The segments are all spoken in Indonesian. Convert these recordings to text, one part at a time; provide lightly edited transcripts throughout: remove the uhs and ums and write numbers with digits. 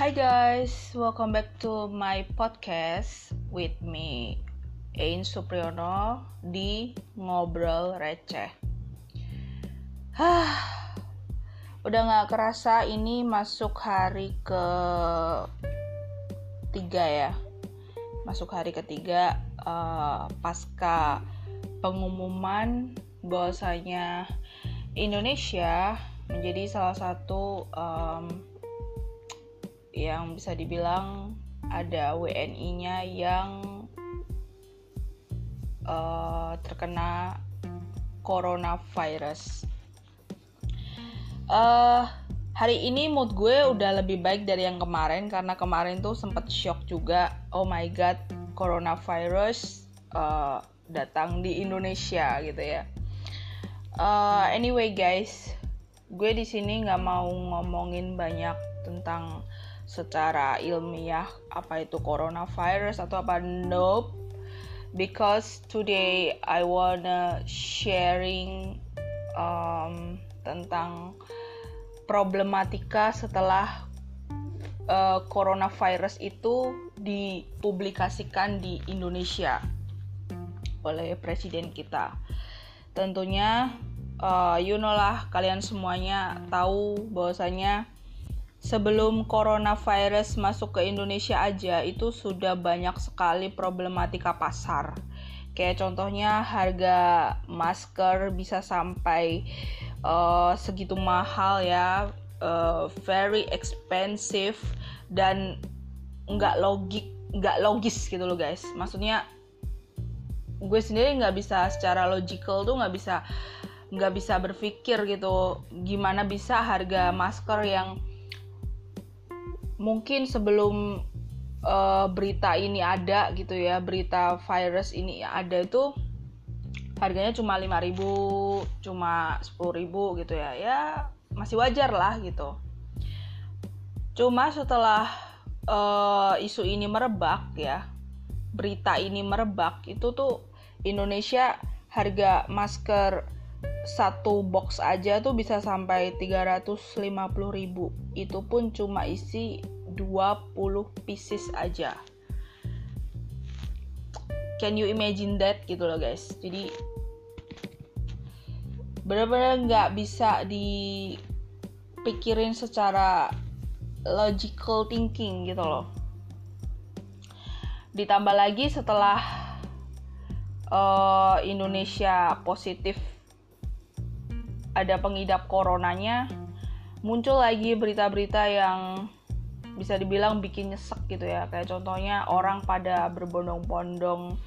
Hi guys, welcome back to my podcast with me, Ein Supriyono di Ngobrol Receh. Udah gak kerasa ini masuk hari ketiga ya. Masuk hari ketiga pasca pengumuman bahwasanya Indonesia menjadi salah satu yang bisa dibilang ada WNI-nya yang terkena coronavirus. Hari ini mood gue udah lebih baik dari yang kemarin, karena kemarin tuh sempet shock juga. Oh my god, coronavirus datang di Indonesia gitu ya. Anyway guys, gue di sini nggak mau ngomongin banyak tentang secara ilmiah apa itu coronavirus atau apa, nope, because today I wanna sharing tentang problematika setelah coronavirus itu dipublikasikan di Indonesia oleh presiden kita. Tentunya you know lah, kalian semuanya tahu bahwasanya sebelum coronavirus masuk ke Indonesia aja itu sudah banyak sekali problematika pasar. Kayak contohnya harga masker bisa sampai segitu mahal ya, very expensive dan nggak logis gitu loh guys. Maksudnya gue sendiri nggak bisa secara logical tuh nggak bisa berpikir gitu, gimana bisa harga masker yang mungkin sebelum berita ini ada gitu ya, berita virus ini ada itu harganya cuma 5.000, cuma 10.000 gitu ya. Ya masih wajar lah gitu. Cuma setelah isu ini merebak ya, berita ini merebak, itu tuh Indonesia harga masker satu box aja tuh bisa sampai 350.000. Itu pun cuma isi 20 pieces aja. Can you imagine that gitu loh guys. Jadi benar-benar nggak bisa dipikirin secara logical thinking gitu loh. Ditambah lagi setelah Indonesia positif ada pengidap coronanya, muncul lagi berita-berita yang bisa dibilang bikin nyesek gitu ya. Kayak contohnya orang pada berbondong-bondong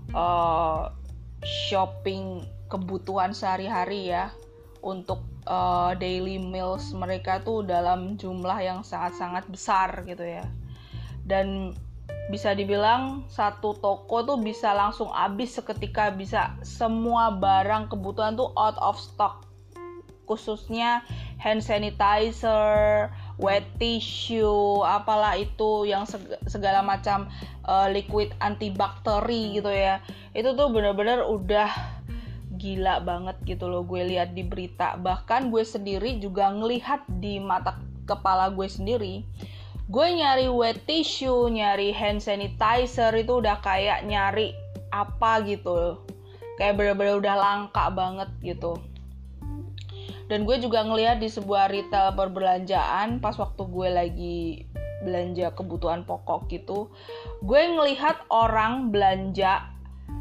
shopping kebutuhan sehari-hari ya, untuk daily meals mereka tuh dalam jumlah yang sangat-sangat besar gitu ya. Dan bisa dibilang satu toko tuh bisa langsung habis seketika, bisa semua barang kebutuhan tuh out of stock. Khususnya hand sanitizer, wet tissue, apalah itu yang segala macam liquid antibakteri gitu ya. Itu tuh benar-benar udah gila banget gitu loh, gue lihat di berita. Bahkan gue sendiri juga ngelihat di mata kepala gue sendiri. Gue nyari wet tissue, nyari hand sanitizer itu udah kayak nyari apa gitu. Kayak benar-benar udah langka banget gitu. Dan gue juga ngelihat di sebuah retail perbelanjaan pas waktu gue lagi belanja kebutuhan pokok gitu, gue ngelihat orang belanja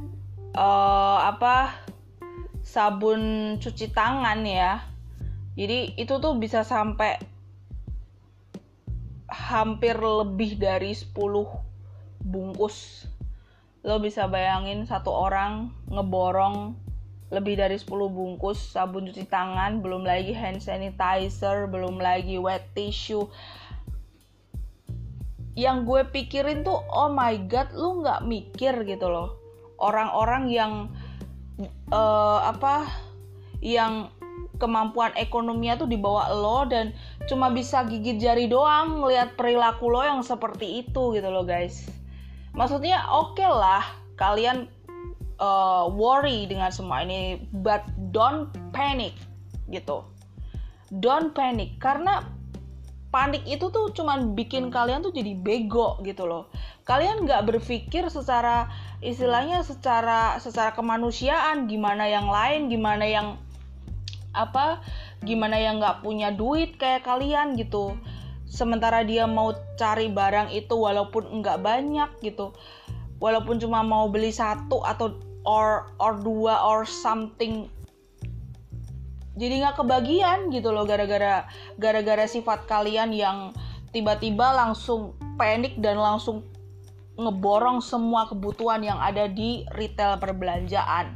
sabun cuci tangan ya. Jadi itu tuh bisa sampai hampir lebih dari 10 bungkus. Lo bisa bayangin satu orang ngeborong lebih dari 10 bungkus sabun cuci tangan, belum lagi hand sanitizer, belum lagi wet tissue. Yang gue pikirin tuh, oh my god, lu gak mikir gitu loh. Orang-orang yang yang kemampuan ekonominya tuh di bawah lo dan cuma bisa gigit jari doang ngelihat perilaku lo yang seperti itu gitu loh guys. Maksudnya oke lah kalian worry dengan semua ini, but don't panic gitu. Don't panic, karena panik itu tuh cuman bikin kalian tuh jadi bego gitu loh. Kalian nggak berpikir secara istilahnya secara kemanusiaan, gimana yang lain, gimana yang nggak punya duit kayak kalian gitu. Sementara dia mau cari barang itu walaupun nggak banyak gitu, walaupun cuma mau beli satu atau or dua or something, jadi nggak kebagian gitu loh, gara-gara sifat kalian yang tiba-tiba langsung panik dan langsung ngeborong semua kebutuhan yang ada di retail perbelanjaan.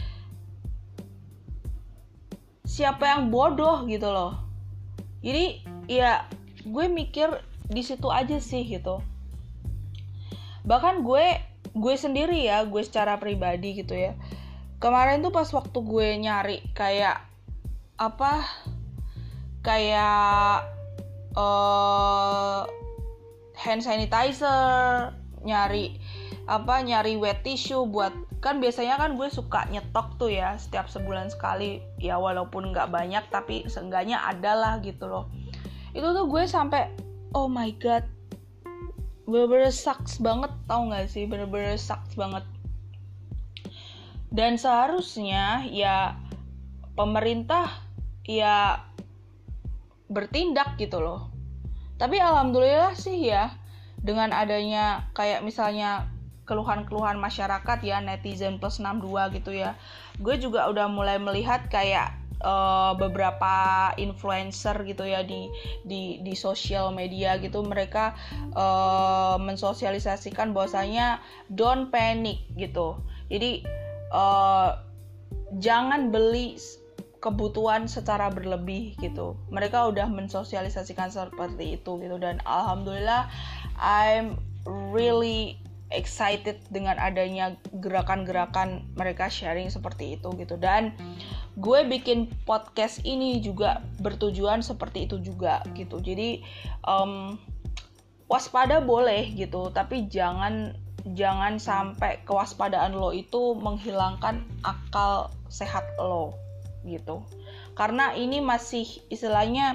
Siapa yang bodoh gitu loh. Jadi ya gue mikir di situ aja sih gitu. Bahkan gue sendiri ya, gue secara pribadi gitu ya, kemarin tuh pas waktu gue nyari kayak hand sanitizer, nyari wet tissue buat, kan biasanya kan gue suka nyetok tuh ya setiap sebulan sekali ya, walaupun nggak banyak tapi seenggaknya ada lah gitu loh. Itu tuh gue sampai oh my god, bener-bener sucks banget, tau gak sih, bener-bener sucks banget. Dan seharusnya ya pemerintah ya bertindak gitu loh. Tapi alhamdulillah sih ya, dengan adanya kayak misalnya keluhan-keluhan masyarakat ya, netizen plus 62 gitu ya, gue juga udah mulai melihat kayak beberapa influencer gitu ya di sosial media gitu, mereka mensosialisasikan bahwasanya don't panic gitu. Jadi jangan beli kebutuhan secara berlebih gitu. Mereka udah mensosialisasikan seperti itu gitu, dan alhamdulillah I'm really excited dengan adanya gerakan-gerakan mereka sharing seperti itu gitu. Dan gue bikin podcast ini juga bertujuan seperti itu juga gitu. Jadi waspada boleh gitu, tapi jangan sampai kewaspadaan lo itu menghilangkan akal sehat lo gitu. Karena ini masih istilahnya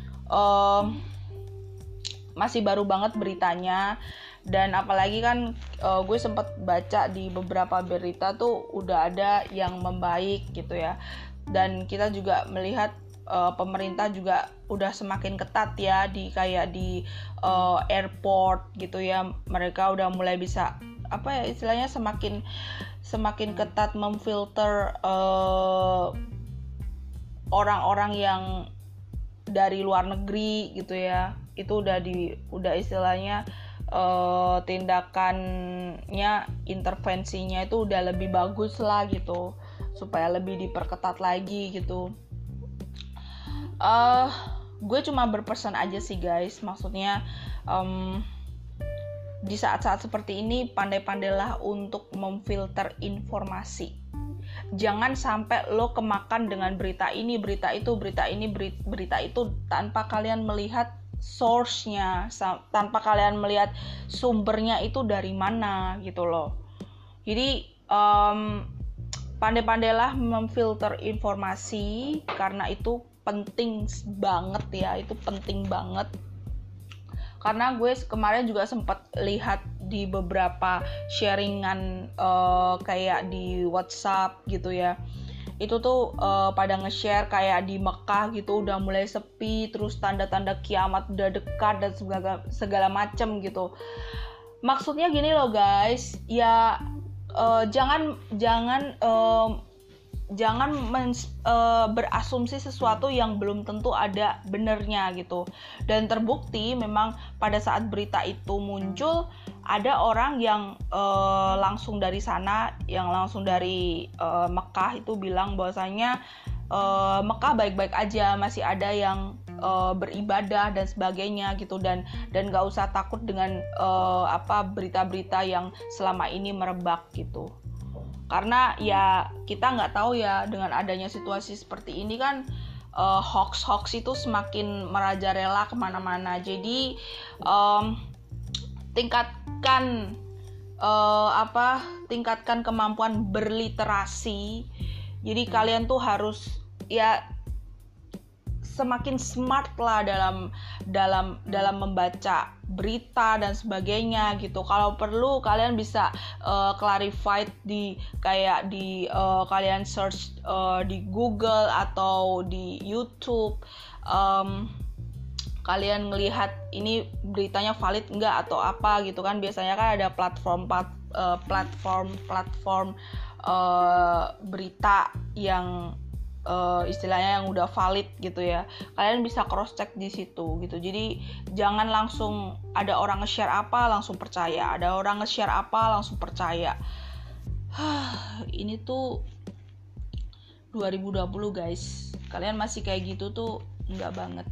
masih baru banget beritanya. Dan apalagi kan gue sempat baca di beberapa berita tuh udah ada yang membaik gitu ya. Dan kita juga melihat pemerintah juga udah semakin ketat ya di airport gitu ya. Mereka udah mulai bisa istilahnya semakin ketat memfilter orang-orang yang dari luar negeri gitu ya. Itu udah istilahnya tindakannya, intervensinya itu udah lebih bagus lah gitu, supaya lebih diperketat lagi gitu. Gue cuma berpesan aja sih guys, maksudnya di saat-saat seperti ini pandai-pandailah untuk memfilter informasi. Jangan sampai lo kemakan dengan berita ini, berita itu, berita ini, berita itu tanpa kalian melihat source-nya, tanpa kalian melihat sumbernya itu dari mana gitu loh. Jadi pandai-pandailah memfilter informasi, karena itu penting banget ya, itu penting banget. Karena gue kemarin juga sempat lihat di beberapa sharingan kayak di WhatsApp gitu ya, itu tuh pada nge-share kayak di Mekah gitu udah mulai sepi, terus tanda-tanda kiamat udah dekat dan segala macem gitu. Maksudnya gini loh guys, ya jangan berasumsi sesuatu yang belum tentu ada benernya gitu. Dan terbukti memang pada saat berita itu muncul, ada orang yang langsung dari sana, yang langsung dari Mekah itu bilang bahwasanya Mekah baik-baik aja, masih ada yang beribadah dan sebagainya gitu, dan nggak usah takut dengan berita-berita yang selama ini merebak gitu. Karena ya kita nggak tahu ya, dengan adanya situasi seperti ini kan hoax itu semakin merajalela kemana-mana. Jadi tingkatkan kemampuan berliterasi. Jadi kalian tuh harus ya semakin smart lah dalam membaca berita dan sebagainya gitu. Kalau perlu kalian bisa clarified kalian search di Google atau di YouTube. Kalian ngelihat ini beritanya valid enggak atau apa gitu kan. Biasanya kan ada platform berita yang istilahnya yang udah valid gitu ya. Kalian bisa cross check di situ gitu. Jadi jangan langsung ada orang nge-share apa langsung percaya, ada orang nge-share apa langsung percaya. Ini tuh 2020 guys. Kalian masih kayak gitu tuh enggak banget.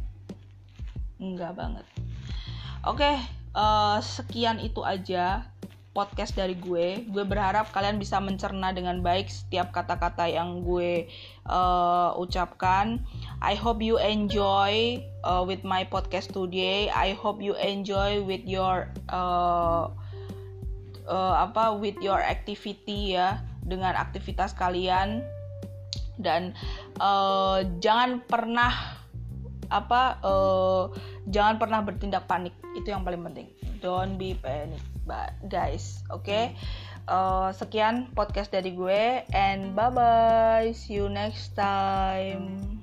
Oke, sekian itu aja podcast dari gue. Gue berharap kalian bisa mencerna dengan baik setiap kata-kata yang gue ucapkan. I hope you enjoy with my podcast today. I hope you enjoy with your with your activity ya, dengan aktivitas kalian. Dan jangan pernah bertindak panik. Itu yang paling penting. Don't be panic, guys. Oke. Sekian podcast dari gue, and bye bye. See you next time.